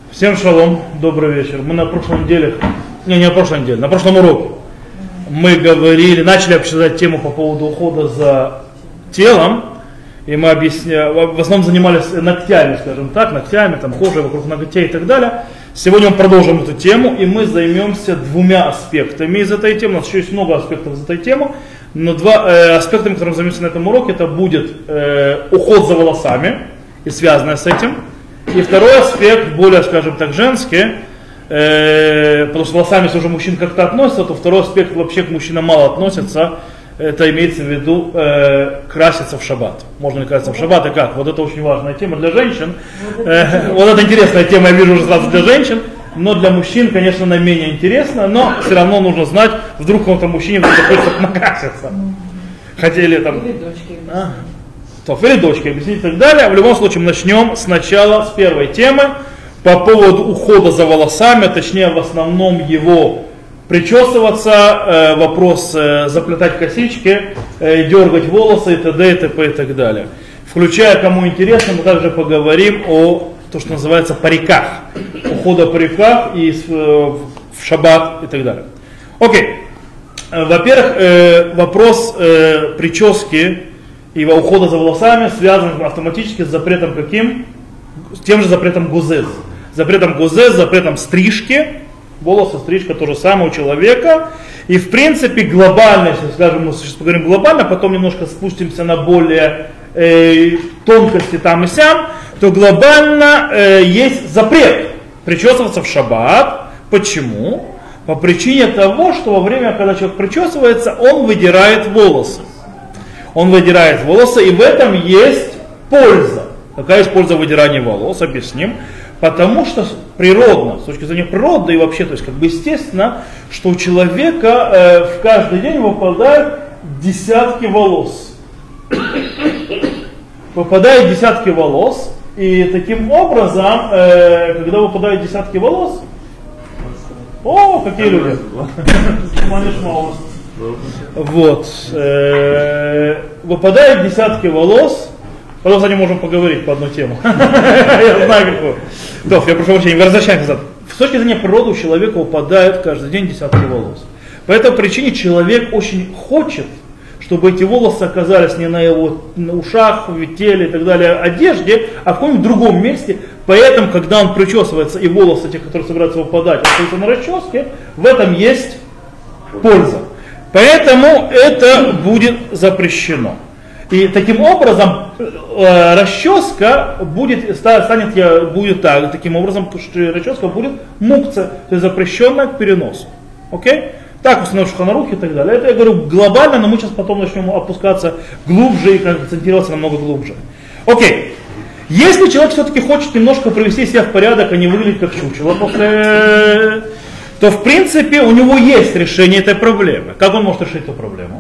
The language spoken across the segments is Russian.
Всем шалом, добрый вечер. Мы на прошлой неделе, не на прошлой неделе, на прошлом уроке мы начали обсуждать тему по поводу ухода за телом, и мы в основном занимались ногтями, скажем так, там кожей вокруг ногтей и так далее. Сегодня мы продолжим эту тему, и мы займемся двумя аспектами из этой темы. У нас еще есть много аспектов из этой темы, но два аспекта, которым займемся на этом уроке, это будет уход за волосами и связанное с этим. И второй аспект, более, скажем так, женский, потому что волосами, если уже мужчин как-то относятся, то второй аспект вообще к мужчинам мало относится, это имеется в виду краситься в шаббат. Можно ли краситься в шаббат и как? Вот это очень важная тема для женщин. Вот это интересная тема, я вижу уже сразу для женщин, но для мужчин, конечно, она менее интересна, но все равно нужно знать, вдруг кому-то мужчине захочется накраситься. Хотели там... Или дочки объяснить и так далее. В любом случае, мы начнем сначала с первой темы по поводу ухода за волосами, точнее в основном его причесываться, вопрос заплетать косички, дергать волосы и т.д. и т.п. и так далее. Включая, кому интересно, мы также поговорим о том, что называется париках, ухода в париках и в шаббат и так далее. Окей. Во-первых, вопрос прически и ухода за волосами связан автоматически с запретом каким? С тем же запретом гузез. Запретом стрижки. Волосы, стрижка то же самое у человека. И в принципе глобально, если скажем, мы сейчас поговорим глобально, потом немножко спустимся на более тонкости там и сям, то глобально есть запрет причесываться в шаббат. Почему? По причине того, что во время, когда человек причесывается, он выдирает волосы. И в этом есть польза. Какая есть польза выдирания волос? Объясним. Потому что природно, с точки зрения природы и вообще, то есть как бы естественно, что у человека в каждый день выпадают десятки волос. И таким образом, когда выпадают десятки волос, какие люди! Вот. Выпадают десятки волос. Потом, кстати, можем поговорить по одной теме. Я знаю какую. Я прошу прощения, возвращаемся назад. С точки зрения природы у человека выпадают каждый день десятки волос. По этой причине человек очень хочет, чтобы эти волосы оказались не на его ушах, в теле и так далее, одежде, а в каком-нибудь другом месте. Поэтому, когда он причесывается, и волосы, те, которые собираются выпадать, остаются на расческе, в этом есть польза. Поэтому это будет запрещено. И таким образом расческа будет так, таким образом, что расческа будет мукция, то есть запрещенная к переносу. Окей? Так установишь в Шулхан Арухе и так далее. Это я говорю глобально, но мы сейчас потом начнем опускаться глубже и концентрироваться намного глубже. Окей. Если человек все-таки хочет немножко привести себя в порядок, а не выглядеть как чучело то в принципе у него есть решение этой проблемы. Как он может решить эту проблему?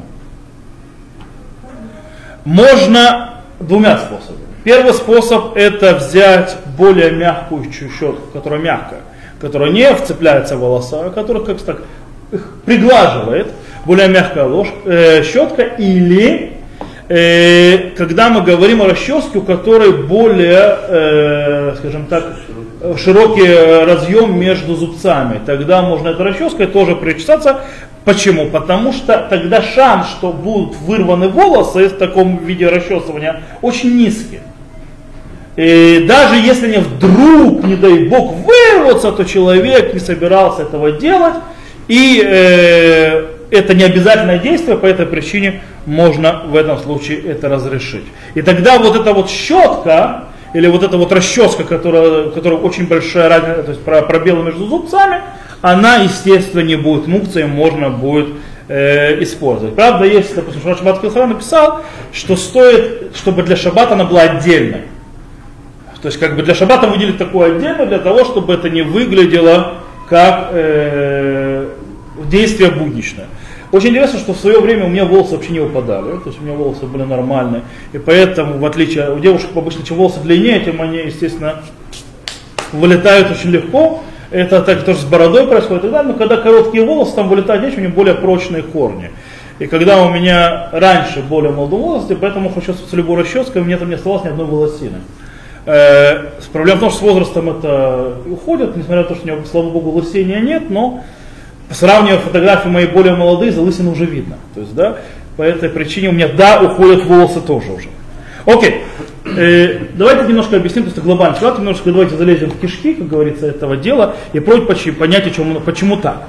Можно двумя способами. Первый способ это взять более мягкую щетку, которая мягкая, которая не вцепляется в волоса, а которая как так их приглаживает, более мягкая щетка, или когда мы говорим о расческе, у которой более, скажем так, широкий разъем между зубцами, тогда можно этой расческой тоже причесаться. Почему? Потому что тогда шанс, что будут вырваны волосы в таком виде расчесывания, очень низкий. И даже если они вдруг, не дай бог, вырвутся, то человек не собирался этого делать. И это не обязательное действие, по этой причине можно в этом случае это разрешить. И тогда вот эта вот щетка, или вот эта вот расческа, которая очень большая разница, то есть пробелы между зубцами, она, естественно, не будет мукцией, можно будет использовать. Правда, есть, допустим, Шаббат Килхара написал, что стоит, чтобы для шаббата она была отдельной. То есть, как бы для шаббата выделить такую отдельную, для того, чтобы это не выглядело как действие будничное. Очень интересно, что в свое время у меня волосы вообще не выпадали, то есть у меня волосы были нормальные, и поэтому, в отличие у девушек обычно, чем волосы длиннее, тем они, естественно, вылетают очень легко. Это так тоже с бородой происходит, и но когда короткие волосы, там вылетают нечего, у них более прочные корни. И когда у меня раньше более молодом возрасте, поэтому хочу с любой расческой, у меня там не оставалось ни одной волосины. Проблема в том, что с возрастом это уходит, несмотря на то, что у него, слава богу, лысения нет, но сравнивая фотографии мои более молодые, залысины уже видно. То есть, да, по этой причине у меня, да, уходят волосы тоже уже. Окей. Давайте немножко объясним, просто глобально. Немножко давайте залезем в кишки, как говорится, этого дела, и пробуем понять, почему так.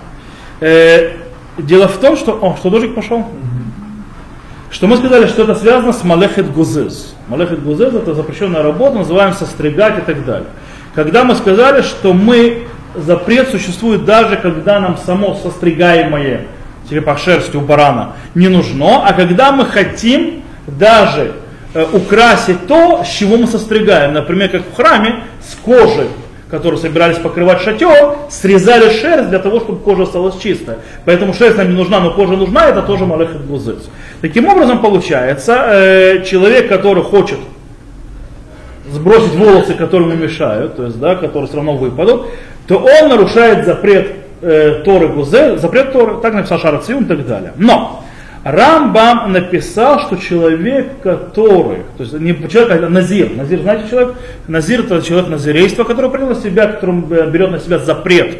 Дело в том, что... что дождик пошел? Что мы сказали, что это связано с малехет гузез. Малехет гузез — это запрещенная работа, называем состригать и так далее. Когда мы сказали, что запрет существует даже когда нам само состригаемое, типа шерсть у барана, не нужно, а когда мы хотим даже украсить то, с чего мы состригаем. Например, как в храме, с кожи, которую собирались покрывать шатер, срезали шерсть для того, чтобы кожа осталась чистая. Поэтому шерсть нам не нужна, но кожа нужна, это тоже малехет гузез. Таким образом, получается, человек, который хочет сбросить волосы, которые ему мешают, то есть, да, которые все равно выпадут, то он нарушает запрет Торы гузез, запрет Торы, так написал Шар ха-Циюн и так далее. Но Рамбам написал, что человек, который, то есть не человек, а назир, знаете человек? Назир — это человек назирейства, который принял на себя, который берет на себя запрет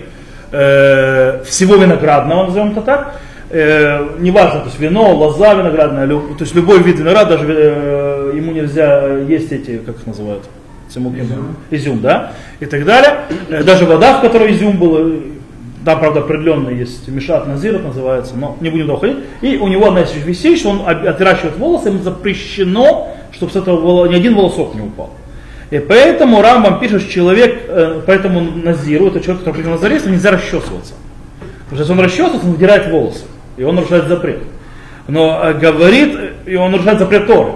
всего виноградного, назовем это так, неважно, то есть вино, лоза виноградная, то есть любой вид винограда, даже ему нельзя есть эти, как их называют, изюм, да, и так далее, даже вода, в которой изюм был. Там, правда, определенно есть мишат назир, это называется, но не будем туда ходить. И у него одна из вещей, что он отращивает волосы, ему запрещено, чтобы с этого ни один волосок не упал. И поэтому Рамбам пишет, что человек, поэтому назиру, это человек, который принял назарейство, нельзя расчесываться. Потому что если он расчесывается, он выдирает волосы, и он нарушает запрет. Но говорит, и он нарушает запрет Торы.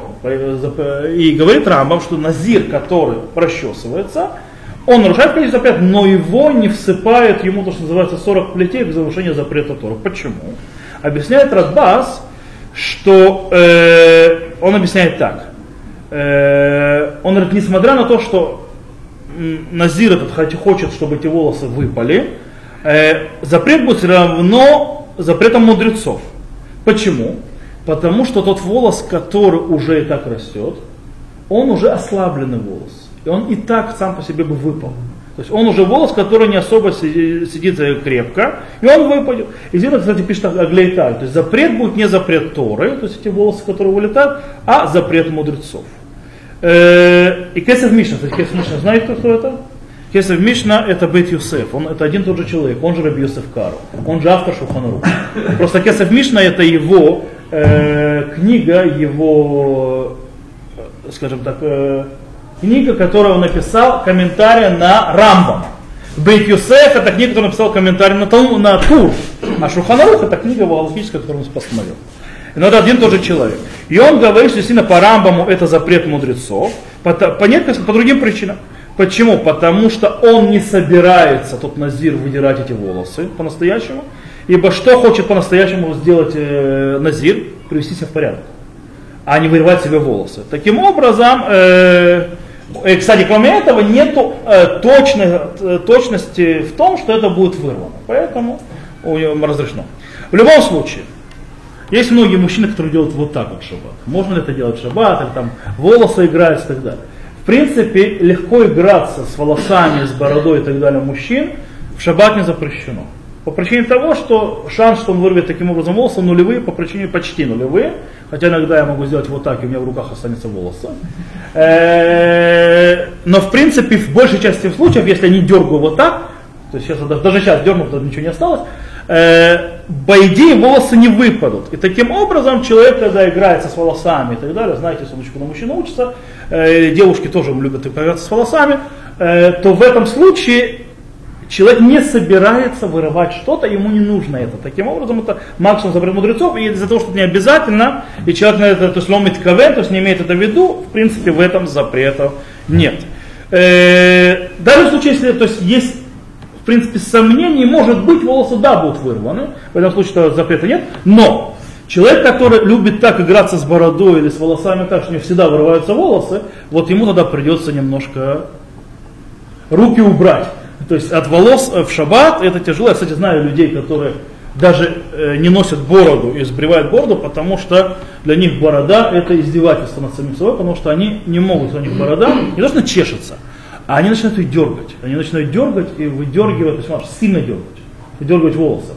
И говорит Рамбам, что назир, который расчесывается, он нарушает количество запрет, но его не всыпает ему то, что называется 40 плетей без нарушения запрета Торы. Почему? Объясняет Радбас, что он объясняет так. Он говорит, несмотря на то, что назир этот хочет, чтобы эти волосы выпали, запрет будет все равно запретом мудрецов. Почему? Потому что тот волос, который уже и так растет, он уже ослабленный волос. И он и так сам по себе бы выпал. То есть он уже волос, который не особо сидит крепко, и он выпадет. И здесь, кстати, пишет Аглейтай. То есть запрет будет не запрет Торы, то есть эти волосы, которые вылетают, а запрет мудрецов. И Кесев Мишна. Кесев Мишна, знаете, кто это? Кесев Мишна — это Бейт Йосеф. Это один и тот же человек, он же Раби Йосеф Кару. Он же автор Шулхан Арух. Просто Кесев Мишна — это его книга, его, скажем так, книга, которую он написал, комментарий на Рамбама. Бейт Йосеф — это книга, которую он написал комментарий на Тур. А Шулхан Арух — это книга галахическая, которую он постановил. Но это один и тот же человек. И он говорит, что действительно по Рамбаму это запрет мудрецов, по другим причинам. Почему? Потому что он не собирается, тот назир, выдирать эти волосы по-настоящему. Ибо что хочет по-настоящему сделать назир? Привести себя в порядок, а не вырывать себе волосы. Таким образом, кстати, кроме этого, нет точности в том, что это будет вырвано. Поэтому разрешено. В любом случае, есть многие мужчины, которые делают вот так вот в шаббат. Можно ли это делать в шаббат, или там волосы играются и так далее. В принципе, легко играться с волосами, с бородой и так далее мужчин в шаббат не запрещено. По причине того, что шанс, что он вырвет таким образом волосы, нулевые, по причине почти нулевые. Хотя иногда я могу сделать вот так, и у меня в руках останется волосы. Но в принципе, в большей части случаев, если я не дергаю вот так, то есть сейчас, даже сейчас дерну, то ничего не осталось, по идее волосы не выпадут. И таким образом человек, когда играется с волосами и так далее, знаете, если на мужчину учится, девушки тоже любят играться с волосами, то в этом случае человек не собирается вырывать что-то, ему не нужно это. Таким образом, это максимум запрет мудрецов, и из-за того, что это не обязательно, и человек на это, то есть ломит ковен, то есть не имеет это в виду, в принципе, в этом запрета нет. Даже в случае, если то есть, есть, в принципе, сомнений, может быть, волосы, да, будут вырваны, в этом случае запрета нет, но человек, который любит так играться с бородой или с волосами так, что у него всегда вырываются волосы, вот ему тогда придется немножко руки убрать. То есть от волос в шаббат это тяжело. Я, кстати, знаю людей, которые даже не носят бороду и сбривают бороду, потому что для них борода это издевательство над самим собой, потому что они не могут, у них борода не то что чешется, а они начинают ее дергать. Они начинают дергать и выдергивать, то есть сильно дергать, выдергивать волосы.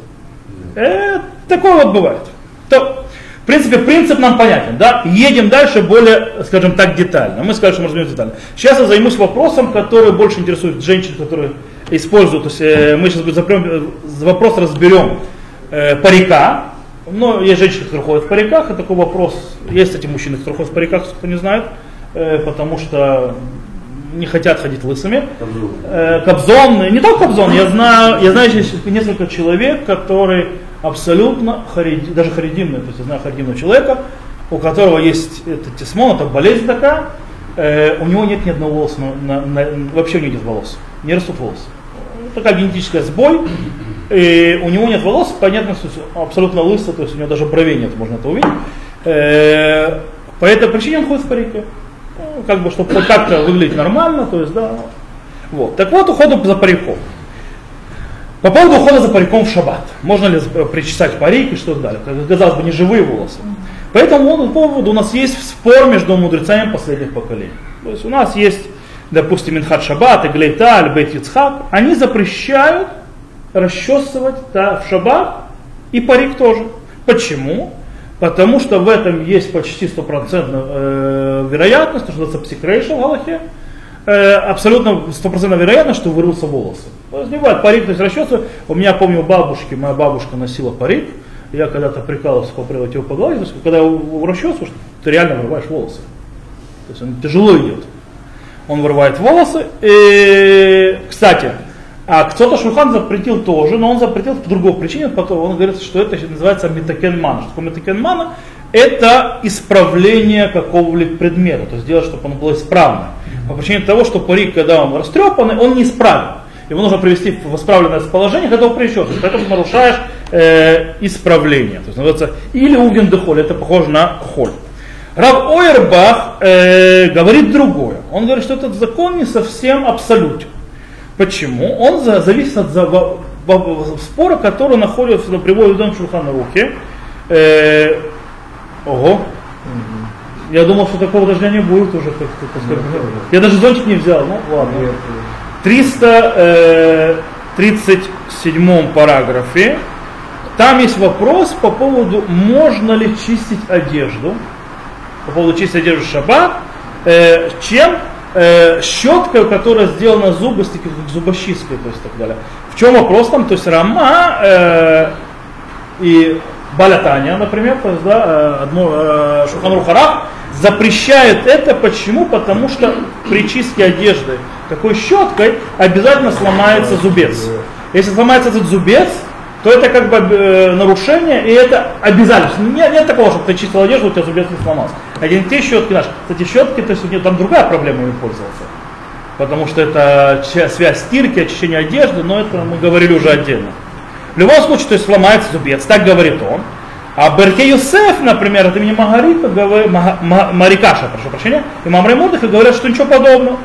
Такое вот бывает. То, в принципе, принцип нам понятен, да? Едем дальше более, скажем так, детально. Мы скажем, что мы разберем детально. Сейчас я займусь вопросом, который больше интересует женщин, которые используют. То есть мы сейчас вопрос разберем парика. Но есть женщины, которые ходят в париках, и такой вопрос. Есть, кстати, мужчины, которые ходят в париках, кто не знает, потому что не хотят ходить лысыми. Кобзон, не только кобзон, я знаю несколько человек, которые абсолютно даже харидимные, то есть я знаю харидимного человека, у которого есть этот тесмон, это болезнь такая, у него нет ни одного волоса, вообще у него нет волос, не растут волосы. Такая генетическая сбой, и у него нет волос, понятно, что абсолютно лысый, то есть у него даже бровей нет, можно это увидеть. По этой причине он ходит в парике. Как бы, чтобы как-то выглядеть нормально, то есть, да. Вот. Так вот, уход за париком. По поводу ухода за париком в шаббат. Можно ли причесать парик и что-то далее? Казалось бы, не живые волосы. По этому поводу у нас есть спор между мудрецами последних поколений. То есть у нас есть, допустим, Минхат Шаббат, Иглейталь, Бейт Йицхак. Они запрещают расчесывать в шаббат и парик тоже. Почему? Потому что в этом есть почти 100% вероятность, что называется псикрейшн в Галахе, абсолютно 100% вероятность, что вырвутся волосы. То есть не бывает парик, то есть расчесывать. У меня, помню, моя бабушка носила парик, я когда-то прикалывался, попробовать его погладить, то есть когда его расчесываешь, ты реально вырываешь волосы. То есть он тяжело идет. Он вырывает волосы. И, кстати, а кто-то Шульхан запретил тоже, но он запретил по другой причине, потом он говорит, что это называется метакенмана. Что такое метакенмана? Это исправление какого-либо предмета, то есть сделать, чтобы оно было исправно. По причине того, что парик, когда он растрепанный, он неисправен. Его нужно привести в исправленное положение, когда его причесываешь. Поэтому нарушаешь исправление. То есть называется или уген де холь, это похоже на холь. Рав Ойербах говорит другое. Он говорит, что этот закон не совсем абсолютен. Почему? Он зависит от спора, который находится на приводе в Шулхан Арухе. Ого. Я думал, что такого дождя не будет уже. Я даже зонтик не взял. Ну ладно. В 337 параграфе там есть вопрос по поводу, можно ли чистить одежду. По поводу чистить одежду в шаббат. Чем? Щеткой, которая сделана зубочисткой, то есть так далее. В чем вопрос там? То есть Рама и Балятания, например, то есть, да, Шулхан Арух Арах запрещает это. Почему? Потому что при чистке одежды такой щеткой обязательно сломается зубец. Если сломается этот зубец, то это как бы нарушение, и это обязательно. Нет такого, чтобы ты чистил одежду, у тебя зубец не сломался. Один те щетки наши. Кстати, щетки, то есть у них там другая проблема ими пользоваться. Потому что это связь стирки, очищения одежды, но это мы говорили уже отдельно. В любом случае, то есть сломается зубец, так говорит он. А Берке Юсеф, например, от имени Марикаша, прошу прощения, и Мамрей Мордыха говорят, что ничего подобного.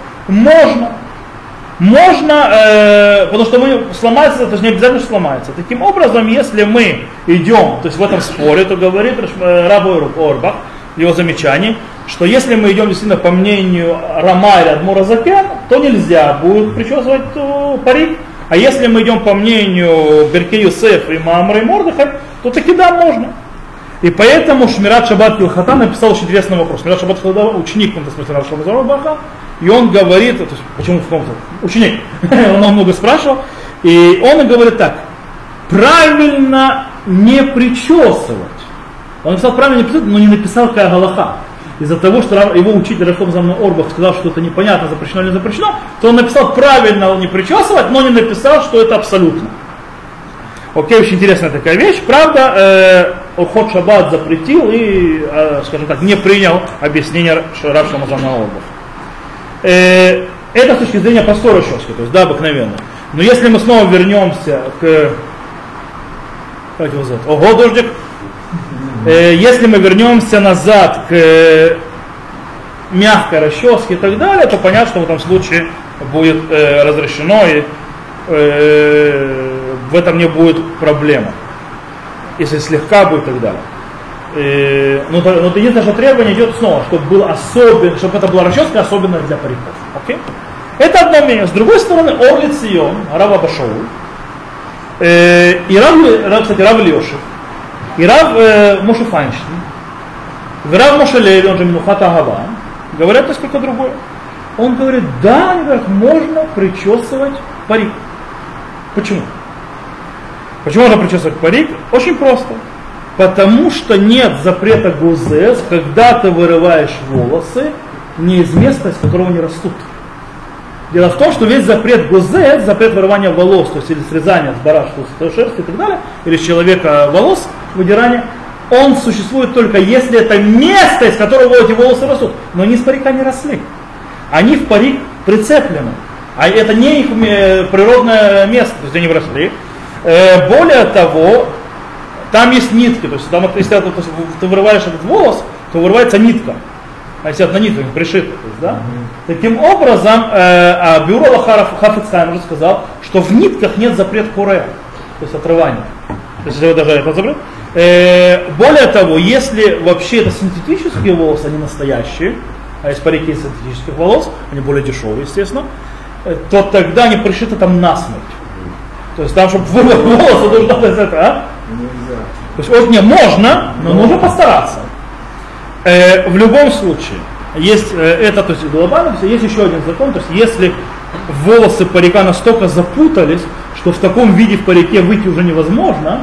Можно, потому что мы сломается, то есть не обязательно сломается. Таким образом, если мы идем, то есть в этом споре, то говорит Рав Ойербах, его замечание, что если мы идем действительно по мнению Рама или Адмора Закен, то нельзя будет причесывать парик. А если мы идем по мнению Берке Юсеф и Мамрей Мордыха, то таки да, можно. И поэтому Шмират Шаббат Килхата написал очень интересный вопрос. Шмират Шаббат Килхата ученик, в каком-то смысле, Рав Шломо Зальман, и он говорит, то есть, почему в каком-то ученик, он много спрашивал, и он говорит так: правильно не причесывать. Он написал правильно не причесывать, но не написал какая галаха. Из-за того, что его учитель Рав Шломо Зальман Орбах сказал, что это непонятно, запрещено или не запрещено, то он написал правильно не причесывать, но не написал, что это абсолютно. Окей, очень интересная такая вещь. Правда, уход Шаббат запретил и, скажем так, не принял объяснение Рав Шломо Зальман Орбах. Это с точки зрения простой расчески, то есть да, обыкновенно. Но если мы снова вернемся к... Как его зовут? Ого, дождик! Если мы вернемся назад к мягкой расческе и так далее, то понятно, что в этом случае будет разрешено и в этом не будет проблемы. если слегка будет и так далее. Но единственное, что требование идет снова, чтобы был особен, чтобы это была расческа особенная для париков. Okay? Это одно мнение. С другой стороны, Ор Лецион, Рав Аба Шауль, и Рав Лешев, и Рав Моше Файнштейн, и Рав Моше Леви, он же Минухат Агава, говорят несколько другое. Он говорит, да, можно причесывать парик. Почему? Почему можно причесывать парик? Очень просто. Потому что нет запрета гузез, когда ты вырываешь волосы не из места, из которого они растут. Дело в том, что весь запрет гузез, запрет вырывания волос, то есть или срезания с барашка, с шерсти и так далее, или с человека волос, выдирания, он существует только если это место, из которого эти волосы растут. Но они из парика не росли. Они в парик прицеплены. А это не их природное место, то есть они росли. Более того, там есть нитки. То есть, там, если ты вырываешь этот волос, то вырывается нитка. А если это на нитке пришито. То есть, да? Таким образом, бюро Хафец Хаим уже сказал, что в нитках нет запрет куре, то есть отрывания. То есть даже это запрет. Более того, если вообще это синтетические волосы, они настоящие, а есть парики из синтетических волос, они более дешевые, естественно, то тогда они пришиты там насмерть. То есть там, чтобы вырвать волосы, нужно быть это, а? Нельзя. То есть вот не можно, но нужно постараться. В любом случае, есть это, то есть глобально, то есть еще один закон, то есть если волосы парика настолько запутались, что в таком виде в парике выйти уже невозможно,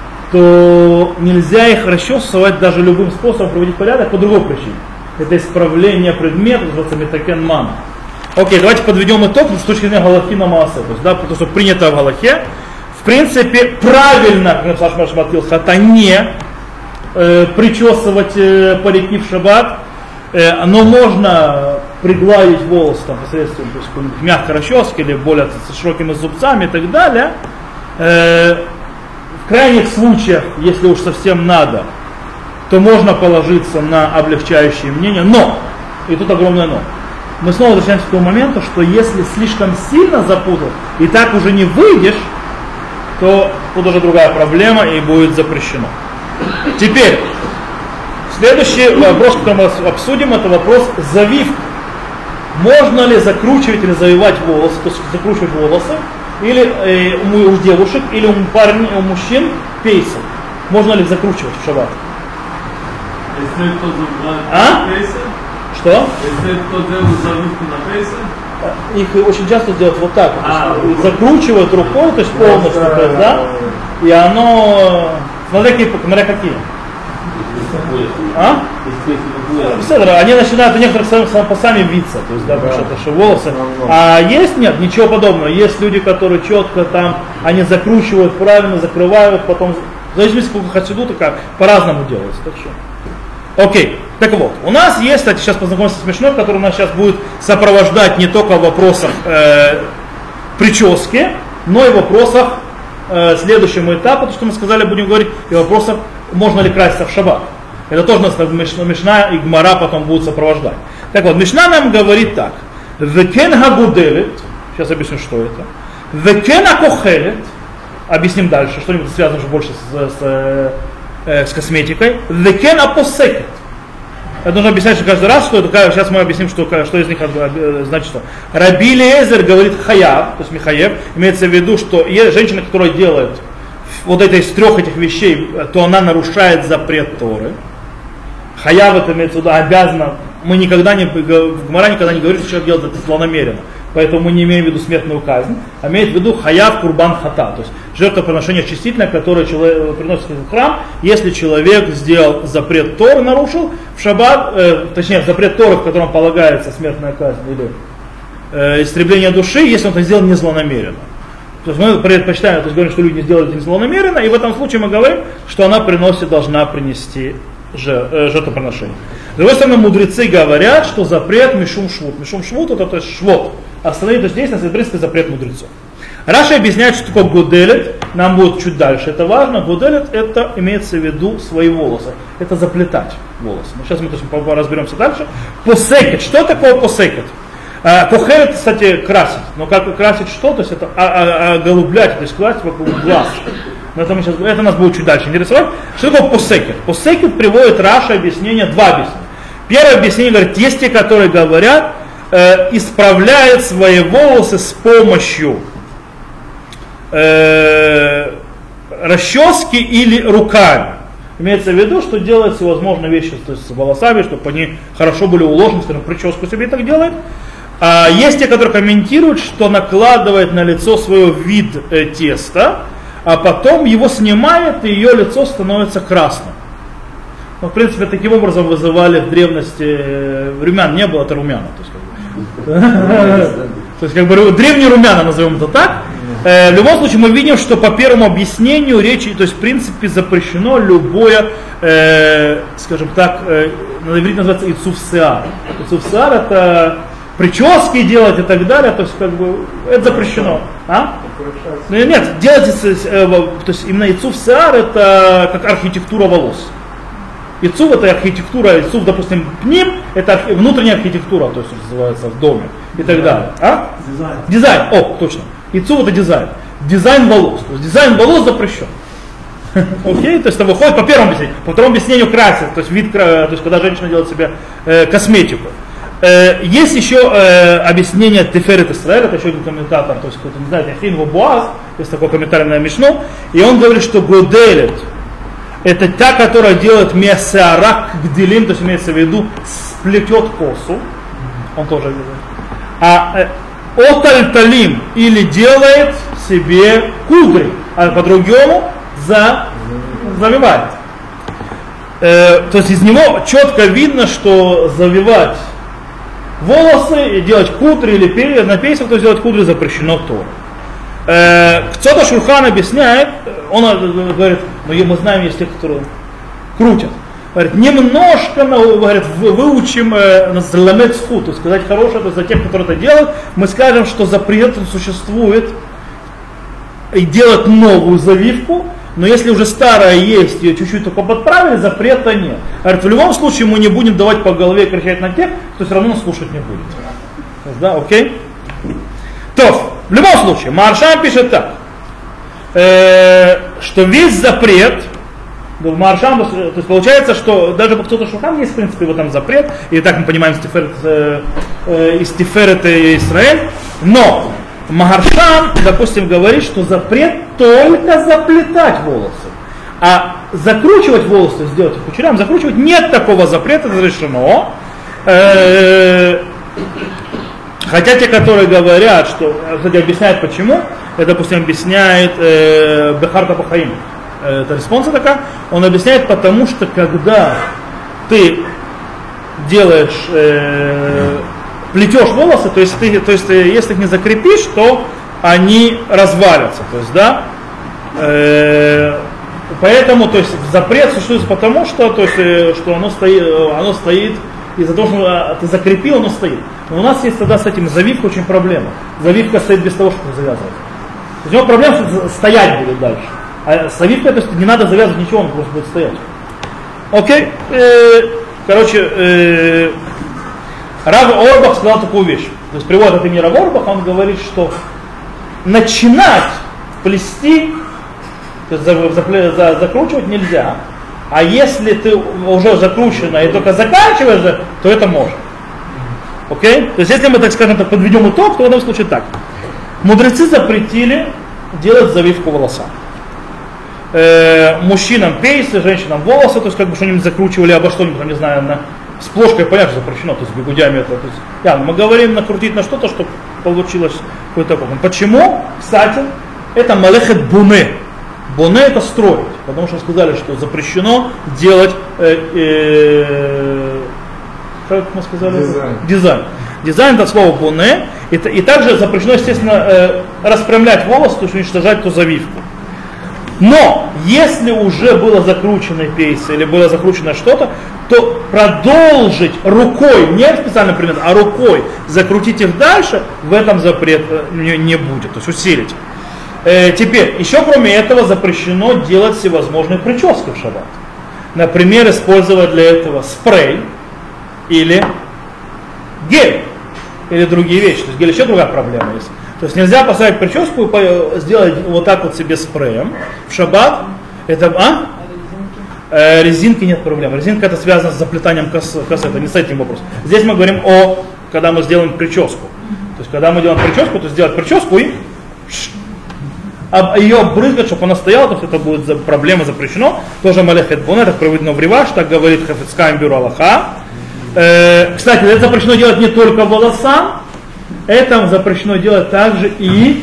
то нельзя их расчесывать даже любым способом, приводить порядок по другой причине. Это исправление предмета, называется метакен мана. Окей, давайте подведем итог с точки зрения галахи на маасе. То есть, да, потому что принято в галахе. В принципе, правильно, как Саш Машматил, это не причесывать парики в шаббат, но можно пригладить волосы там, посредством мягкой расчески или более с широкими зубцами и так далее. В крайних случаях, если уж совсем надо, то можно положиться на облегчающие мнения, но, и тут огромное но, мы снова возвращаемся к тому моменту, что если слишком сильно запутал и так уже не выйдешь, то тут уже другая проблема и будет запрещено. Теперь, следующий вопрос, который мы обсудим, это вопрос завивки. Можно ли закручивать или завивать волосы, то есть закручивать волосы, или у девушек, или у парней, у мужчин пейсом. Можно ли закручивать в шаббат? Если кто забрал пейсом? Что? Если кто делает завивку на пейсом? Их очень часто делают вот так, закручивают рукой, то есть полностью, да? И оно, смотря какие. А? Они начинают у некоторых сами виться, то есть, да, потому что это же волосы. А есть нет, ничего подобного. Есть люди, которые четко там, они закручивают правильно, закрывают, потом, в зависимости, сколько хасидут, как по-разному делается. Так что. Окей, так вот, у нас есть, кстати, сейчас познакомимся с смешной, который нас сейчас будет сопровождать не только в вопросах прически, но и в вопросах следующему этапу, то, что мы сказали, будем говорить, и в вопросах, можно ли краситься в шаббат. Это тоже нас Мишна и Гмара потом будут сопровождать. Так вот, Мишна нам говорит так. Векен хагуделет, сейчас объясню, что это. Векен акохелет, объясним дальше, что-нибудь связано уже больше с косметикой. Векен апосекет. Это нужно объяснять что каждый раз, что это, сейчас мы объясним, что из них значит что. Раби Элиэзер говорит хаяв, то есть Михаев, имеется в виду, что женщина, которая делает вот это из трех этих вещей, то она нарушает запрет Торы. Хаяв, это имеется в виду, обязана. Мы никогда не, в Гмара никогда не говорит, что человек делает это злонамеренно. Поэтому мы не имеем в виду смертную казнь, а имеет в виду хаяв курбан хата, то есть жертвоприношение очистительное, которое человек приносит в храм, если человек сделал запрет Торы, нарушил в шаббат, точнее запрет Торы, в котором полагается смертная казнь или истребление души, если он это сделал не злонамеренно. То есть мы предпочитаем, то есть говорим, что люди не сделают это не злонамеренно, и в этом случае мы говорим, что она должна принести жертвоприношение. С другой стороны, мудрецы говорят, что запрет мишум швут. Мишум швут это то есть швот. Остановить, то есть здесь, в принципе, запрет мудрецов. Раши объясняет, что такое гуделет, нам будет чуть дальше, это важно. Гуделет это имеется в виду свои волосы, это заплетать волосы. Но сейчас мы разберемся дальше. Посекет, что такое посекет? Кохелет, кстати, красить. Но как красить что? То есть это оголублять, то есть красить вокруг глаз. Но это нас будет чуть дальше интересовать. Что такое посекет? Посекет приводит Раша объяснение, два объяснения. Первое объяснение говорит, есть те, которые говорят, исправляет свои волосы с помощью расчески или руками. Имеется в виду, что делает всевозможные вещи то есть с волосами, чтобы они хорошо были уложены, скажем, прическу себе так делает. А есть те, которые комментируют, что накладывает на лицо свое вид теста, а потом его снимает, и ее лицо становится красным. Ну, в принципе, таким образом вызывали в древности румян, не было, это румяна. То есть, как бы древние румяна, назовем это так. В любом случае мы видим, что по первому объяснению речи, то есть в принципе запрещено любое, скажем так, на иврите называется ицуф-сеар. Ицуф-сеар это прически делать и так далее, то есть как бы это запрещено. А? Нет, делать, то есть именно ицуф-сеар это как архитектура волос. Ицув это архитектура, ицув, допустим, пним, это внутренняя архитектура, то есть называется в доме и так далее. А? Дизайн, о, точно. Ицув это дизайн. Дизайн волос. То есть дизайн волос запрещен. Окей, то есть это выходит по первому объяснению. По второму объяснению красит, то есть вид, то есть когда женщина делает себе косметику. Есть еще объяснение Тиферет Исраэль, это еще один комментатор, то есть кто-то не знает, Яхин Вабуаз, есть такой комментарий на Мишну, и он говорит, что Годелет это та, которая делает месеарак гделим, то есть имеется в виду сплетет косу, он тоже говорит. А отальталим или делает себе кудри, а по-другому завивает. То есть из него четко видно, что завивать волосы и делать кудри или на пейсах, то есть делать кудри запрещено Торой. Кто-то Шульхан объясняет, он говорит, мы знаем, есть те, которые крутят. Говорит, немножко, говорит, выучим ламет сху, то есть сказать хорошее, то есть за тех, которые это делают, мы скажем, что запрет существует и делать новую завивку, но если уже старая есть, ее чуть-чуть только подправили, запрета нет. Говорит, в любом случае мы не будем давать по голове и кричать на тех, кто все равно нас слушать не будет. То есть, да, окей? То, в любом случае, Маршан пишет так, что весь запрет, Маршан, то есть получается, что даже по кто-то Шулхан есть в принципе в этом запрет, и так мы понимаем из Тиферет и Исраэль, но Магаршан, допустим, говорит, что запрет только заплетать волосы, а закручивать волосы, сделать их кучерям, закручивать нет такого запрета, разрешено. Хотя те, которые говорят, что, кстати, объясняют почему, это, допустим, объясняет Бехарта Пахаим, это респонса такая, он объясняет, потому что когда ты делаешь, плетешь волосы, то есть если их не закрепишь, то они развалятся, то есть, да, поэтому, то есть, запрет существует потому, что, то есть, что оно стоит из-за того, что ты закрепил, оно стоит. Но у нас есть тогда с этим завивка очень проблема. Завивка стоит без того, чтобы завязывать. То есть у него проблема стоять будет дальше. А завивка, то есть не надо завязывать ничего, он просто будет стоять. Окей. Короче, Рав Орбах сказал такую вещь. То есть приводит от имени Рава Орбаха, он говорит, что начинать плести, то есть закручивать нельзя. А если ты уже закручена и только заканчиваешь, то это можно. Окей? То есть если мы, так скажем, так подведем итог, то в этом случае так. Мудрецы запретили делать завивку волосам. Мужчинам пейсы, женщинам волосы, то есть как бы что-нибудь закручивали, обо что-нибудь, не знаю, с плошкой, понятно, запрещено, то есть бигудями это. То есть, мы говорим накрутить на что-то, чтобы получилось какой-то такой. Почему? Кстати, это малехет буне. Боне это строить, потому что сказали, что запрещено делать, как мы сказали? Дизайн. Дизайн это слово боне, и также запрещено, естественно, распрямлять волосы, то есть уничтожать ту завивку. Но, если уже было закручено пейсы или было закручено что-то, то продолжить рукой, не специальным предметом, а рукой закрутить их дальше, в этом запрет не будет, то есть усилить. Теперь, еще кроме этого запрещено делать всевозможные прически в шаббат. Например, использовать для этого спрей или гель, или другие вещи. То есть гель еще другая проблема есть. То есть нельзя поставить прическу и сделать вот так вот себе спреем. В шаббат это, резинки нет проблем. Резинка это связано с заплетанием косы, это не с этим вопросом. Здесь мы говорим когда мы сделаем прическу. То есть когда мы делаем прическу, то сделать прическу и ее брызгать, чтобы она стояла, то есть это будет проблема, запрещено. Тоже малехет бона, так приведено в Риваш, так говорит Хафец Хаим бюро Аллаха. Кстати, это запрещено делать не только волосам, это запрещено делать также и...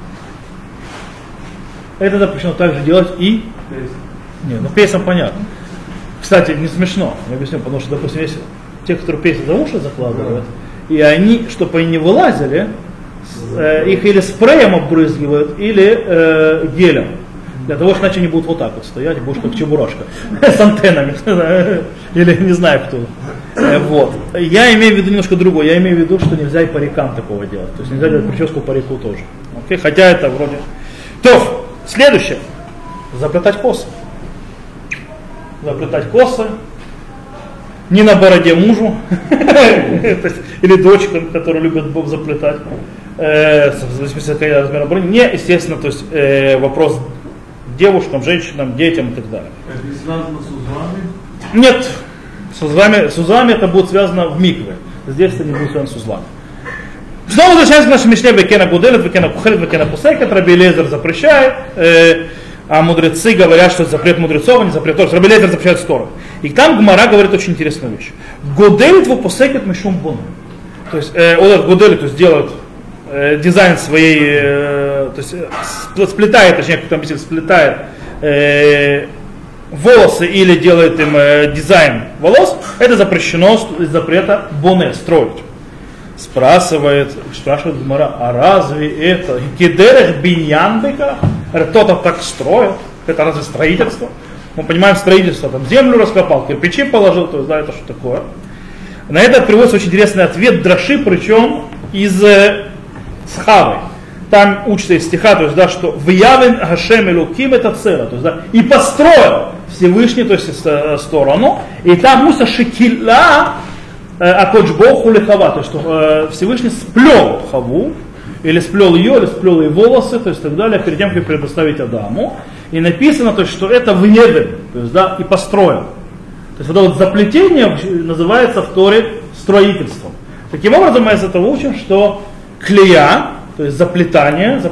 Это запрещено также делать и... Не, пейсом понятно. Кстати, не смешно, я объясню, потому что, допустим, есть те, которые пейсы за уши закладывают, и они, чтобы они не вылазили, их или спреем обрызгивают, или гелем. Для того, что иначе они будут вот так вот стоять, и будешь как чебурашка с антеннами. Или не знаю кто. Вот. Я имею в виду немножко другое. Я имею в виду, что нельзя и парикам такого делать. То есть нельзя делать прическу парику тоже. Окей? Хотя это вроде... То, следующее. Заплетать косы. Заплетать косы. Не на бороде мужу. Или дочкам, которые любят заплетать. Размера бороды. Не, естественно, то есть вопрос девушкам, женщинам, детям и так далее. Это не связано с узлами? Нет. С узлами это будет связано в микве. Здесь это не будет связано с узлами. Снова возвращаемся к нашей мишне Векена Гуделет, Векена Кухелет, Векена Пусекет. Раби Элиэзер запрещает, а мудрецы говорят, что это запрет мудрецов, а не запрет Торы. Раби Элиэзер запрещает с Торы. И там Гмара говорит очень интересную вещь. Гуделет в Пусекет мишум бон. То есть Гуделет, то есть делают дизайн своей, то есть сплетает, точнее, как там объяснили, сплетает волосы или делает им дизайн волос, это запрещено из запрета боне, строить. Спрашивает Гмара, а разве это кидерех биньянбека? Кто-то так строит? Это разве строительство? Мы понимаем строительство, там землю раскопал, кирпичи положил, то есть да, это что такое? На это приводится очень интересный ответ Драши, причем из Схавы. Там учится из стиха, то есть, да, что «В'явен Гашем Элуким» это цело, то есть, да, и построил Всевышний, то есть, сторону, и там Муса Шекила Акоджбоху Лехава, то есть, что Всевышний сплел Хаву, или сплел ее, или сплел ей волосы, то есть, так далее, перед тем, как предоставить Адаму, и написано, то есть, что это «В'явен», то есть, да, и построил. То есть, вот это вот заплетение называется в Торе строительством. Таким образом, мы из этого учим, что клея, то есть заплетание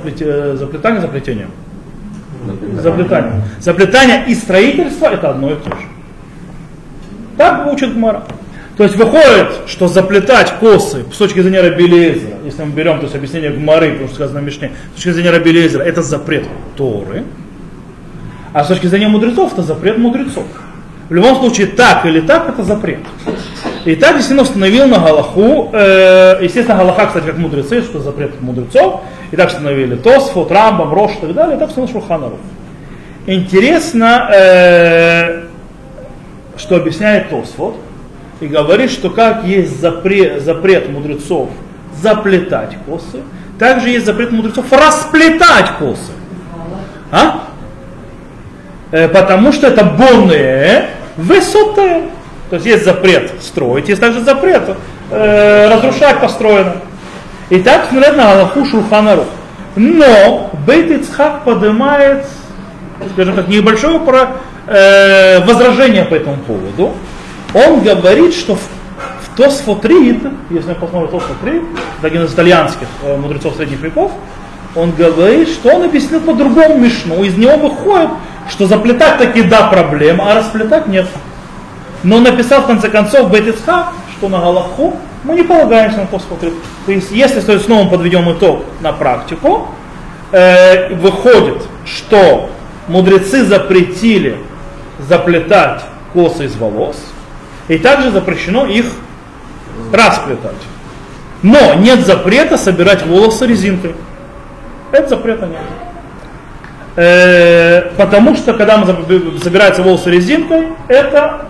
и строительство это одно и то же. Так учит Гмара. То есть выходит, что заплетать косы с точки зрения Раби Элиэзера, если мы берем то есть, объяснение Гмары, потому что сказано в Мишне, с точки зрения Раби Элиэзера это запрет Торы, а с точки зрения мудрецов это запрет мудрецов. В любом случае так или так это запрет. И так, естественно, установил на Галаху, естественно, Галаха, кстати, как мудрецы, что запрет мудрецов, и так установили Тосфот, Рамбам, Рош и так далее, и так установил Шулхан Арух. Интересно, что объясняет Тосфот, и говорит, что как есть запрет мудрецов заплетать косы, также есть запрет мудрецов расплетать косы. Потому что это бонне высоты. То есть есть запрет строить, есть также запрет разрушать построенное. И так смотрят на Галаху Шулхан Арух. Но Бейт Ицхак поднимает, скажем так, небольшое возражение по этому поводу. Он говорит, что в Тосфот Рид, если мы посмотрим Тосфот Рид, один из итальянских мудрецов средних веков, он говорит, что он объяснил по-другому Мишну. Из него выходит, что заплетать таки да проблема, а расплетать нет. Но написал в конце концов Бейт Ицхак, что на Галаху мы не полагаемся на Тосфот Рид. То есть если снова мы подведем итог на практику, выходит, что мудрецы запретили заплетать косы из волос, и также запрещено их расплетать. Но нет запрета собирать волосы резинкой. Это запрета нет. Потому что когда собираются волосы резинкой, это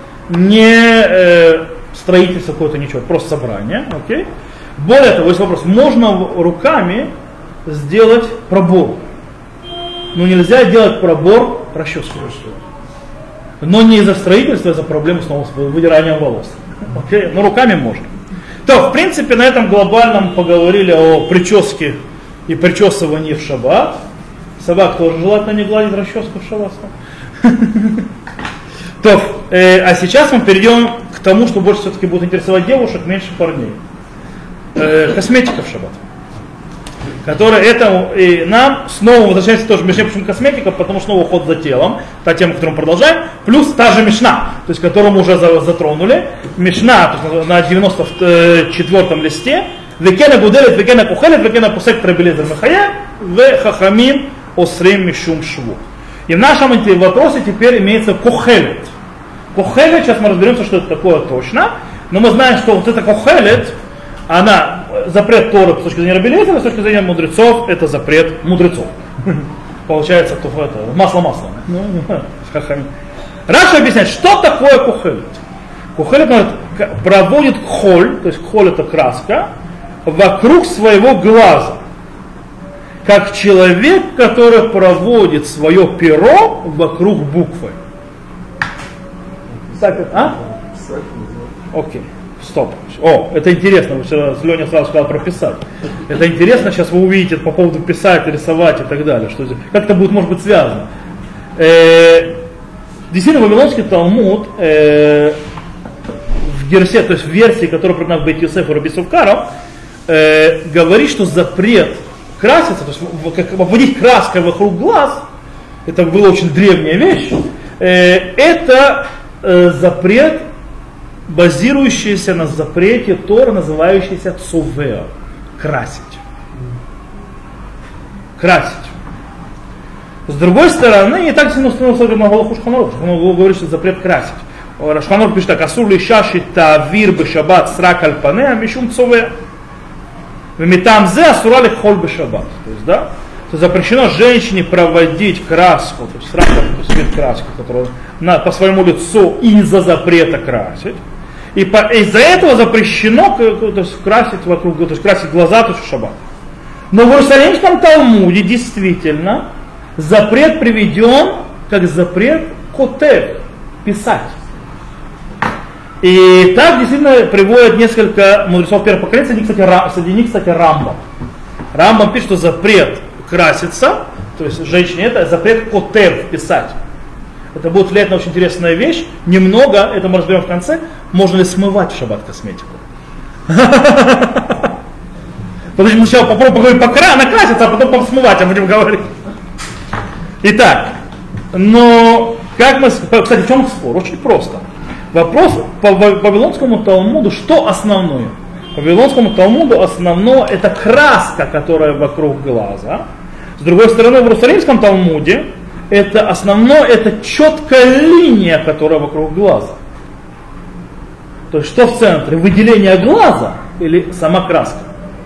не строительство какое-то, ничего, просто собрание. Окей? Более того, есть вопрос, можно руками сделать пробор. Но нельзя делать пробор расческой. Но не из-за строительства, а из-за проблем снова с выдиранием волос. Окей? Но руками можно. То, в принципе, на этом глобальном поговорили о прическе и причесывание в шаббат. Собак тоже желательно не гладить расческу в шаббат. А сейчас мы перейдем к тому, что больше все-таки будет интересовать девушек, меньше парней. Косметика в шаббат. Которая это, и нам снова возвращается тоже Мишне, почему косметика, потому что снова уход за телом, та тема, которую мы продолжаем, плюс та же Мишна, то есть которую мы уже затронули. Мишна, то есть на 94-м листе, векена гуделет, векена кухелет, векена пусек трабелезер мехая, в хахамим осрем мишум шву. И в нашем вопросе теперь имеется кухелет. Кухелет, сейчас мы разберемся, что это такое точно, но мы знаем, что вот это кухелет, она запрет Торы с точки зрения Рабби Элиэзера, с точки зрения мудрецов, это запрет мудрецов. Получается, то это масло. Раша объясняет, что такое кухелет. Кухелет проводит кхоль, то есть кхоль это краска, вокруг своего глаза. Как человек, который проводит свое перо вокруг буквы. Окей. Стоп. Это интересно. Леня сразу сказал про писать. Это интересно, сейчас вы увидите по поводу писать, рисовать и так далее. Что как это будет, может быть, связано. Действительно, Вавилонский Талмуд в Герсе, то есть в версии, которая продана в Бейт Йосеф и Раби Сувкаров, говорит, что запрет краситься, то есть обводить краской вокруг глаз, это была очень древняя вещь, это запрет, базирующийся на запрете Тора, называющийся цувеа, красить. С другой стороны, и так сильно установился на Галаху Шулхан-Арух. Он говорит, что запрет красить. Шулхан-Арух пишет так: асур лишаши тавир бешаббат срак аль панеа мишум цувеа. Вмитам зе асура лихоль бешаббат. То есть, да, то запрещено женщине проводить краску, то есть срак, то есть вид краски, которую по своему лицу из-за запрета красить. И из-за этого запрещено, то есть красить вокруг, то есть красить глаза, то есть в шаббат. Но в Иерусалимском Талмуде действительно запрет приведен как запрет котев, писать. И так действительно приводят несколько мудрецов первого поколения, среди них, кстати, Рамбам. Рамбам пишет, что запрет краситься, то есть женщине это запрет котев, писать. Это будет влиять на очень интересная вещь. Немного, это мы разберем в конце, можно ли смывать в шаббат косметику. Потому что сначала попробуем накраситься, а потом смывать, а будем говорить. Итак, но, как мы, кстати, в чем спор? Очень просто. Вопрос по Вавилонскому Талмуду, что основное? По Вавилонскому Талмуду основное это краска, которая вокруг глаза. С другой стороны, в Иерусалимском Талмуде это основное, это четкая линия, которая вокруг глаза. То есть что в центре? Выделение глаза или сама краска?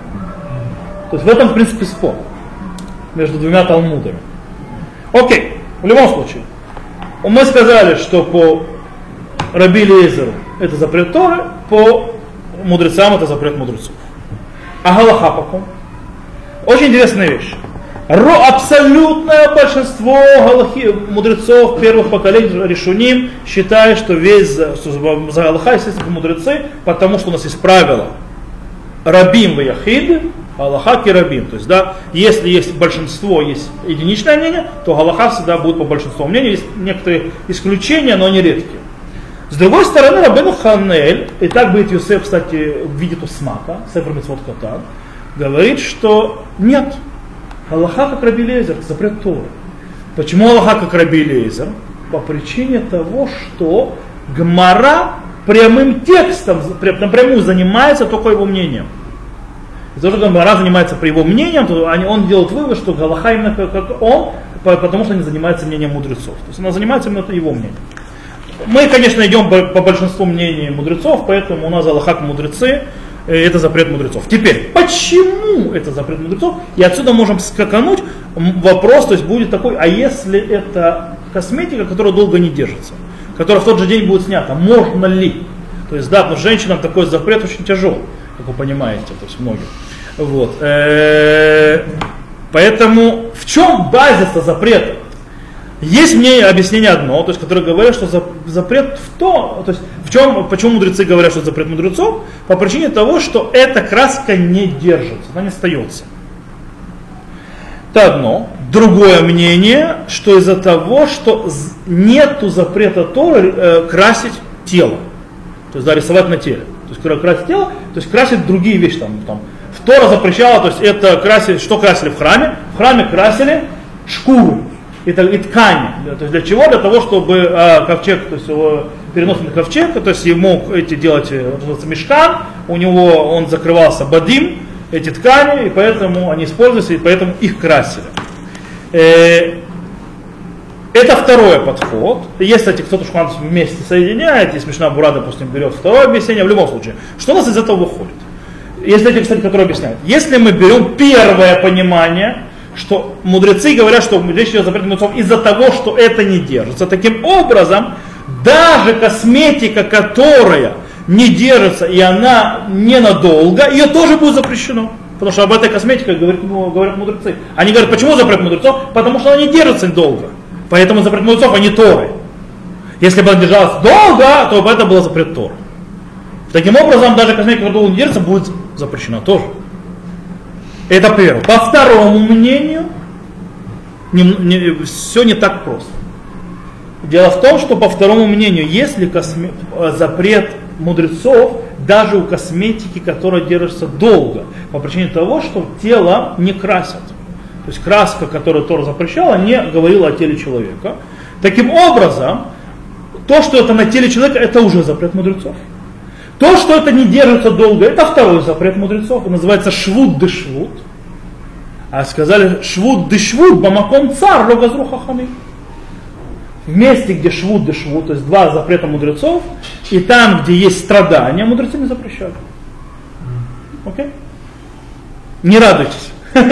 То есть в этом, в принципе, спор между двумя Талмудами. Окей, в любом случае. Мы сказали, что по Рабби Элиэзеру это запрет Торы, по мудрецам это запрет мудрецов. А галаха по кому? Очень интересная вещь. Абсолютное большинство мудрецов первых поколений решуним считает, что за галаха естественно мудрецы, потому что у нас есть правило рабим в яхид, галаха кирабим. То есть, да, если есть большинство, есть единичное мнение, то галаха всегда будет по большинству мнений. Есть некоторые исключения, но они редкие. С другой стороны, Рабейну Ханель, и так Бейт Йосеф, кстати, в виде Тусмака, Сефер Мицвот Катан, говорит, что нет, галаха как Рабби Элиэзер, запрет Торы. Почему галаха как Рабби Элиэзер? По причине того, что Гмара прямым текстом, напрямую занимается только его мнением. Из-за того, что Гмара занимается по его мнениям, то он делает вывод, что галаха именно как он, потому что они занимаются мнением мудрецов. То есть она занимается именно его мнением. Мы, конечно, идем по большинству мнений мудрецов, поэтому у нас галаха как мудрецы, это запрет мудрецов. Теперь, почему это запрет мудрецов? И отсюда можем скакануть. Вопрос, то есть будет такой, а если это косметика, которая долго не держится, которая в тот же день будет снята, можно ли? То есть, да, потому что женщинам такой запрет очень тяжелый, как вы понимаете, то есть многим. Вот. Поэтому в чем базис запрета? Есть мне объяснение одно, то есть, которое говорит, что запрет в то, то есть, почему мудрецы говорят, что это запрет мудрецов? По причине того, что эта краска не держится, она не остается. Это одно. Другое мнение, что из-за того, что нету запрета Торы красить тело. То есть, да, рисовать на теле. То есть красить тело, то есть красить другие вещи. Там. Тора запрещала, то есть это красили, что красили в храме? В храме красили шкуры и ткани. То есть для чего? Для того, чтобы ковчег, то есть его переносили на ковчег, то есть ему эти делать, называется мишкан, у него он закрывался бадим, эти ткани, и поэтому они использовались, и поэтому их красили. Это второй подход. Есть, кстати, кто-то шхуан вместе соединяет, если Мишна Бура, допустим, берет второе объяснение, в любом случае. Что у нас из этого выходит? Есть эти, кстати, которые объясняют. Если мы берем первое понимание, что мудрецы говорят, что речь идет о запрете мудрецов из-за того, что это не держится. Таким образом, даже косметика, которая не держится и она ненадолго, ее тоже будет запрещено. Потому что об этой косметике говорят мудрецы. Они говорят, почему запрет мудрецов? Потому что она не держится долго. Поэтому запрет мудрецов, а не Торы. Если бы она держалась долго, то это был запрет Торы. Таким образом, даже косметика, которая долго не держится, будет запрещена тоже. Это первое. По второму мнению, все не так просто. Дело в том, что по второму мнению, если запрет мудрецов даже у косметики, которая держится долго, по причине того, что тело не красят. То есть краска, которую Тора запрещала, не говорила о теле человека. Таким образом, то, что это на теле человека, это уже запрет мудрецов. То, что это не держится долго, это второй запрет мудрецов. Он называется швуд де швуд. А сказали швуд де швуд, бамаком цар, рогазру хахами. В месте, где швуд де швуд, то есть два запрета мудрецов, и там, где есть страдания, мудрецы не запрещали. Окей? Не радуйтесь.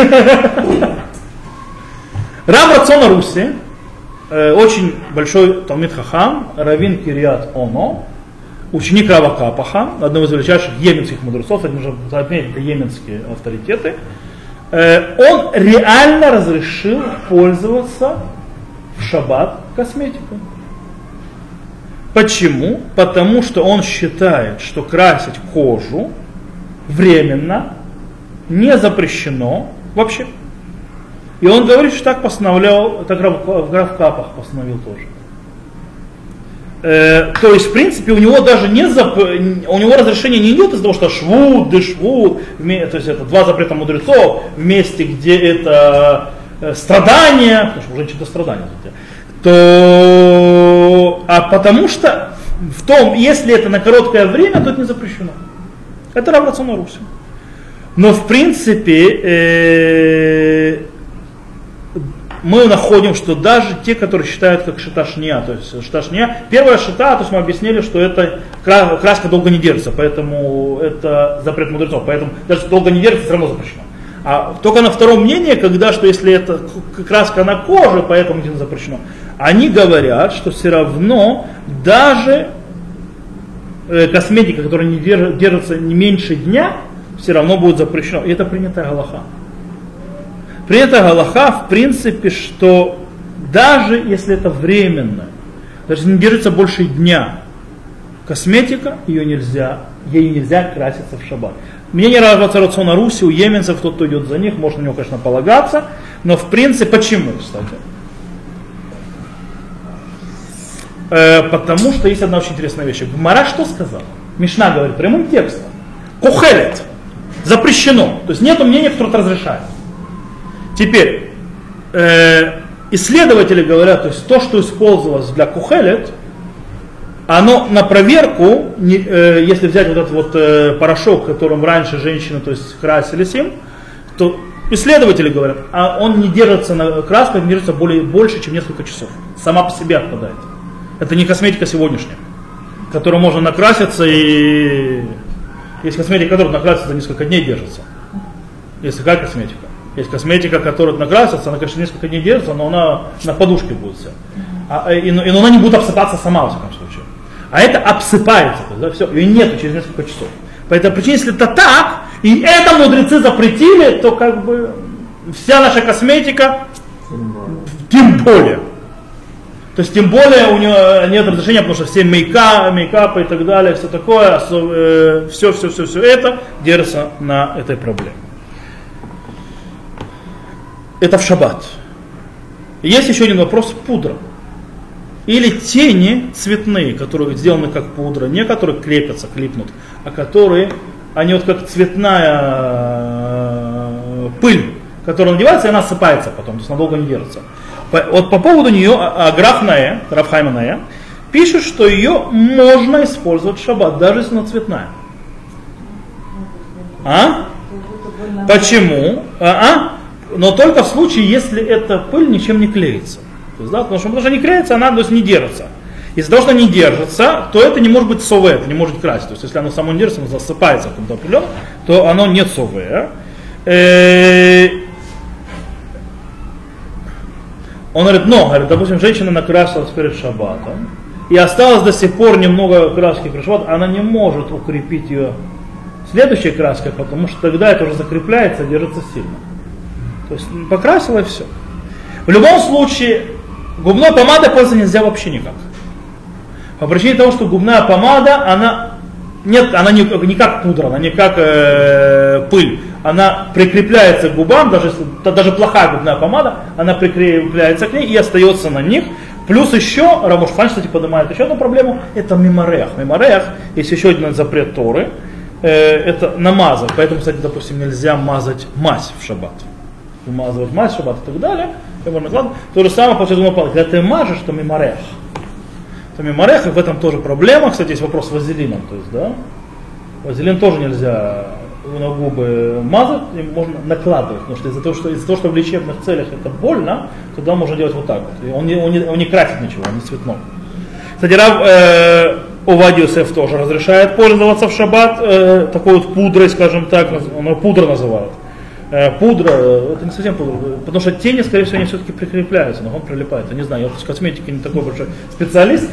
Рав Рацон Аруси, очень большой талмид хахам, раввин Кирьят Оно, ученик Рава Капаха, одного из величайших йеменских мудрецов, это нужно отметить, это йеменские авторитеты, он реально разрешил пользоваться в шаббат косметикой. Почему? Потому что он считает, что красить кожу временно не запрещено вообще. И он говорит, что так постановлял, так Рав Капах постановил тоже. То есть, в принципе, у него даже у него разрешение не идет из-за того, что швуд, дешвуд, то есть это два запрета мудрецов, в месте, где это страдания, потому что у женщин это страдания, а потому что в том, если это на короткое время, то это не запрещено. Это Рав Рацон Аруси. Но в принципе мы находим, что даже те, которые считают как шита-шния, то есть шита-шния, первая шита, то есть мы объяснили, что это краска долго не держится, поэтому это запрет мудрецов, поэтому даже долго не держится, все равно запрещено. А только на втором мнении, когда, что если это краска на коже, поэтому это запрещено, они говорят, что все равно даже косметика, которая не держится не меньше дня, все равно будет запрещено. И это принятая галаха. Принятая галаха, в принципе, что даже если это временно, даже не держится больше дня, косметика, ей нельзя краситься в шаббат. Мнение Рава Рацона Аруси, у йеменцев, тот, кто идет за них, можно на него, конечно, полагаться, но в принципе, почему, кстати? Потому что есть одна очень интересная вещь. Гмара что сказал? Мишна говорит прямым текстом. Кухелет. Запрещено. То есть нет мнения, которое это разрешает. Теперь, исследователи говорят, то есть то, что использовалось для кухелет, оно на проверку, если взять вот этот вот порошок, которым раньше женщины, то есть красились им, то исследователи говорят, а он не держится на краске, не держится больше, чем несколько часов. Сама по себе отпадает. Это не косметика сегодняшняя, которую можно накраситься, и есть косметика, которая накрасится за несколько дней держится. Есть такая косметика. Есть косметика, которая накрасится, она, конечно, несколько дней держится, но она на подушке будет вся. Но она не будет обсыпаться сама, во всяком случае. А это обсыпается, да, все, ее нету через несколько часов. По этой причине, если это так, и это мудрецы запретили, то как бы вся наша косметика, тем более. То есть тем более у нее нет разрешения, потому что все мейкапы и так далее, все такое, все это держится на этой проблеме. это в шаббат. Есть еще один вопрос: пудра. Или тени цветные, которые сделаны как пудра, не которые крепятся, клипнут, а которые, они вот как цветная пыль, которая надевается, и она осыпается потом, то есть надолго не держится. Вот по поводу нее Аграх-Наэ, Рав Хаим Наэ, пишет, что ее можно использовать в шаббат, даже если она цветная. Почему? Но только в случае, если эта пыль ничем не клеится. То есть, да, потому что не клеится, она, то есть, не держится. Из-за того, что не держится, то это не может быть сове, это не может красить. То есть, если оно само не держится, оно засыпается в каком-то определенном, то оно не сове. Он говорит, допустим, женщина накрасилась перед шаббатом, и осталось до сих пор немного краски перед шаббатом, она не может укрепить ее следующей краской, потому что тогда это уже закрепляется, держится сильно. То есть покрасила и все. В любом случае, губной помадой пользоваться нельзя вообще никак. По причине того, что губная помада, она не как пудра, она не как пыль. Она прикрепляется к губам, даже плохая губная помада, она прикрепляется к ней и остается на них. Плюс еще, Рабош Фан, кстати, поднимает еще одну проблему, это миморех. Миморех, есть еще один запрет Торы, это намазать. Поэтому, кстати, допустим, нельзя мазать мазь в шаббат. Вымазывать мазь в шаббат и так далее. То же самое, когда ты мажешь, то миморех. То миморех, и в этом тоже проблема. Кстати, есть вопрос с вазелином. То есть, да, вазелин тоже нельзя на губы мазать, и можно накладывать. Потому что из-за того, что в лечебных целях это больно, тогда можно делать вот так вот. И он не красит ничего, он не цветной. Кстати, Рав Овадия Йосеф тоже разрешает пользоваться в шаббат такой вот пудрой, скажем так, он ее пудра называет. Пудра, это не совсем пудра, потому что тени, скорее всего, они все-таки прикрепляются, но он прилипает. Я не знаю, я в косметике не такой большой специалист.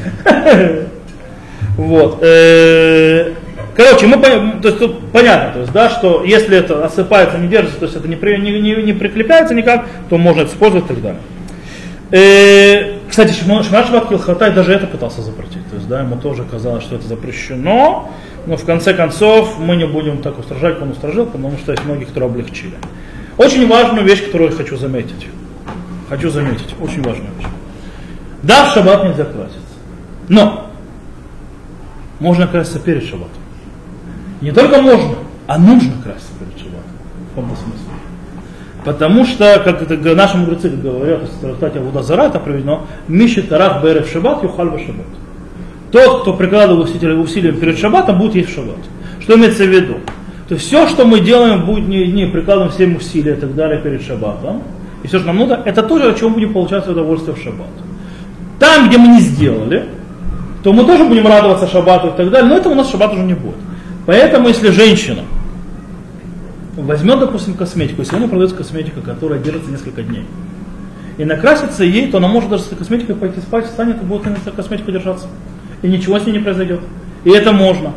Вот. Короче, то есть тут понятно, то есть, да, что если это осыпается, не держится, то есть это не прикрепляется никак, то можно это использовать и так далее. Кстати, Шмират Шаббат Килхатай даже это пытался запретить. То есть, да, ему тоже казалось, что это запрещено, но в конце концов мы не будем так устражать, как он устражил, потому что есть многие, которые облегчили. Очень важную вещь, которую я хочу заметить. Очень важную вещь. Да, в шаббат нельзя краситься. Но можно краситься перед шаббатом. Не только можно, а нужно краситься перед шаббатом. В каком смысле? Потому что, как это наши мудрецы говорят, в трактате Авода Зара это приведено, Миши тарах берев шаббат, юхаль в шаббат. Тот, кто прикладывает усилия перед шаббатом, будет есть в шаббат. Что имеется в виду? То есть все, что мы делаем в будние дни, прикладываем всем усилия и так далее перед шаббатом, и все, что нам нужно, это тоже, от чего мы будем получать удовольствие в шаббат. Там, где мы не сделали, то мы тоже будем радоваться шаббату и так далее, но этого у нас шаббат уже не будет. Поэтому, если женщина возьмет, допустим, косметику, если она продается косметика, которая держится несколько дней, и накрасится ей, то она может даже с этой косметикой пойти спать, встанет и будет на этой косметике держаться. И ничего с ней не произойдет. И это можно.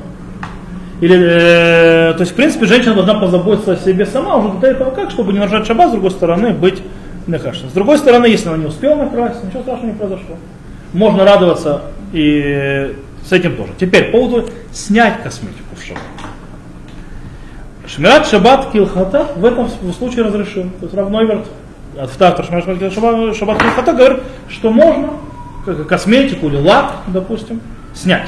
То есть, в принципе, женщина должна позаботиться о себе сама уже до этого как, чтобы не нарушать шаббат, с другой стороны, быть нахашной. С другой стороны, если она не успела накраситься, ничего страшного не произошло. Можно радоваться и с этим тоже. Теперь, по поводу снять косметику в шаббат. Шмират Шаббат Килхата в этом случае разрешил. То есть Рав Нойверт, автор Шмират Шаббат Килхата, говорит, что можно косметику или лак, допустим, снять.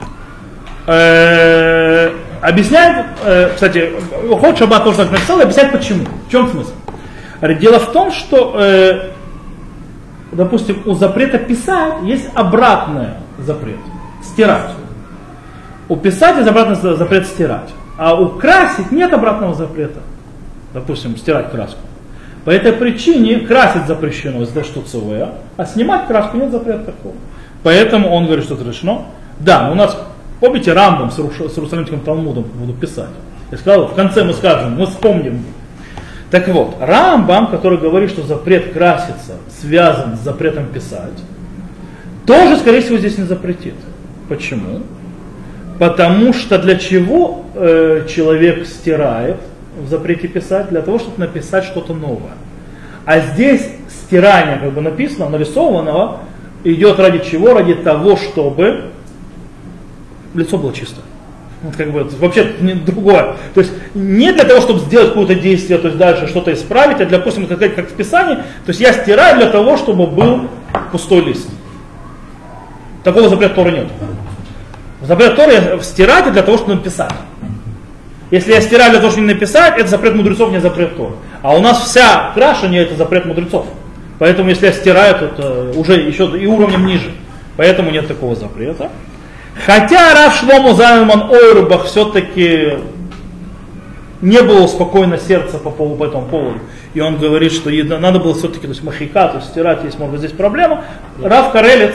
Объясняет, кстати, Ход Шаббат тоже так написал, и объясняет почему. В чем смысл? Дело в том, что, допустим, у запрета писать есть обратный запрет. Стирать. У писать есть обратный запрет стирать. А у красить нет обратного запрета. Допустим, стирать краску. По этой причине красить запрещено из-за того, что ЦВ, а снимать краску нет запрета такого. Поэтому он говорит, что это разрешено. Да, но у нас, помните, Рамбам с Иерусалимским Талмудом буду писать. Я сказал, в конце мы скажем, мы вспомним. Так вот, Рамбам, который говорит, что запрет краситься связан с запретом писать, тоже, скорее всего, здесь не запретит. Почему? Потому что для чего человек стирает в запрете писать? Для того, чтобы написать что-то новое. А здесь стирание, как бы написано, нарисованного, идет ради чего? Ради того, чтобы лицо было чисто. Вот как бы вообще другое. То есть не для того, чтобы сделать какое-то действие, то есть дальше что-то исправить, а для, допустим, как в Писании, то есть я стираю для того, чтобы был пустой лист. Такого запрета Торы нет. Запрет Торы стирать для того, чтобы написать. Если я стираю для того, чтобы написать, это запрет мудрецов, не запрет Торы. А у нас вся крашение это запрет мудрецов. Поэтому если я стираю, то это уже еще и уровнем ниже. Поэтому нет такого запрета. Хотя Рав Шломо Зальман Ойрбах все-таки не было спокойно сердце по этому поводу. И он говорит, что надо было все-таки, то есть махика, то есть стирать, есть, может быть, здесь проблема. Рав Карелец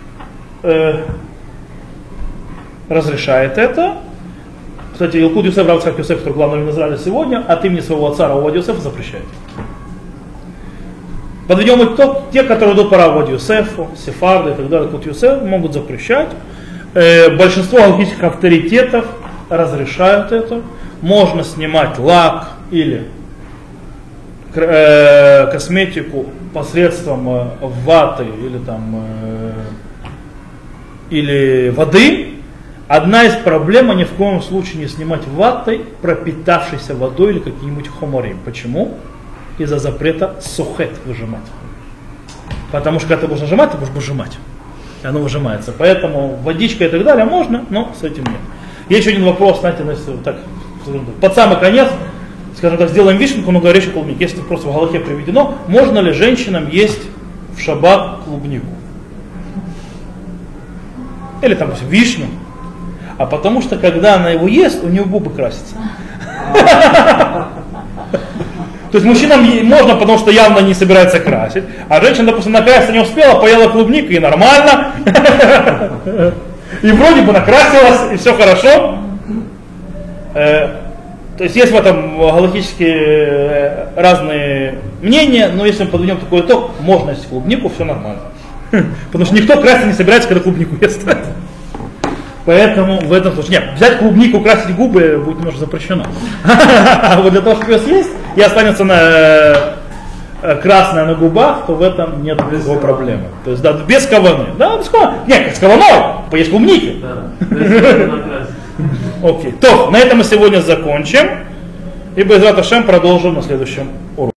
разрешает это. Кстати, Илкут Юсеф, Рав Ицхак Юсеф, который главный раввин Израиля сегодня, от имени своего отца Рава Юсефа запрещает. Подведем итог, те, которые идут по Раву Юсефу, Сефарды и так далее, Илкут Юсеф, могут запрещать. Большинство галахических авторитетов разрешают это. Можно снимать лак или косметику посредством ваты или воды. Одна из проблем, ни в коем случае не снимать ватой пропитавшейся водой или каким-нибудь хоморим. Почему? Из-за запрета сухет выжимать. Потому что когда ты будешь нажимать, ты будешь выжимать. И оно выжимается. Поэтому водичка и так далее можно, но с этим нет. Есть еще один вопрос, знаете, так, под самый конец, скажем так, сделаем вишенку, но горячий клубник. Если просто в галахе приведено, можно ли женщинам есть в шаббат клубнику? Или там вишню. А потому что, когда она его ест, у нее губы красятся. То есть мужчинам можно, потому что явно не собирается красить, а женщина, допустим, накраситься не успела, поела клубнику и нормально. И вроде бы накрасилась, и все хорошо. То есть есть в этом галахические разные мнения, но если мы подведем такой итог, можно есть клубнику, все нормально. Потому что никто краситься не собирается, когда клубнику ест. Поэтому в этом случае, нет, взять клубнику, красить губы будет немножко запрещено. А вот для того, чтобы ее съесть и останется красное на губах, то в этом нет никакой проблемы. То есть, да, без каваны. Да, без каваны. Нет, с каваной, поесть клубники. Окей. То, на этом мы сегодня закончим. И Бе'эзрат Ашем продолжим на следующем уроке.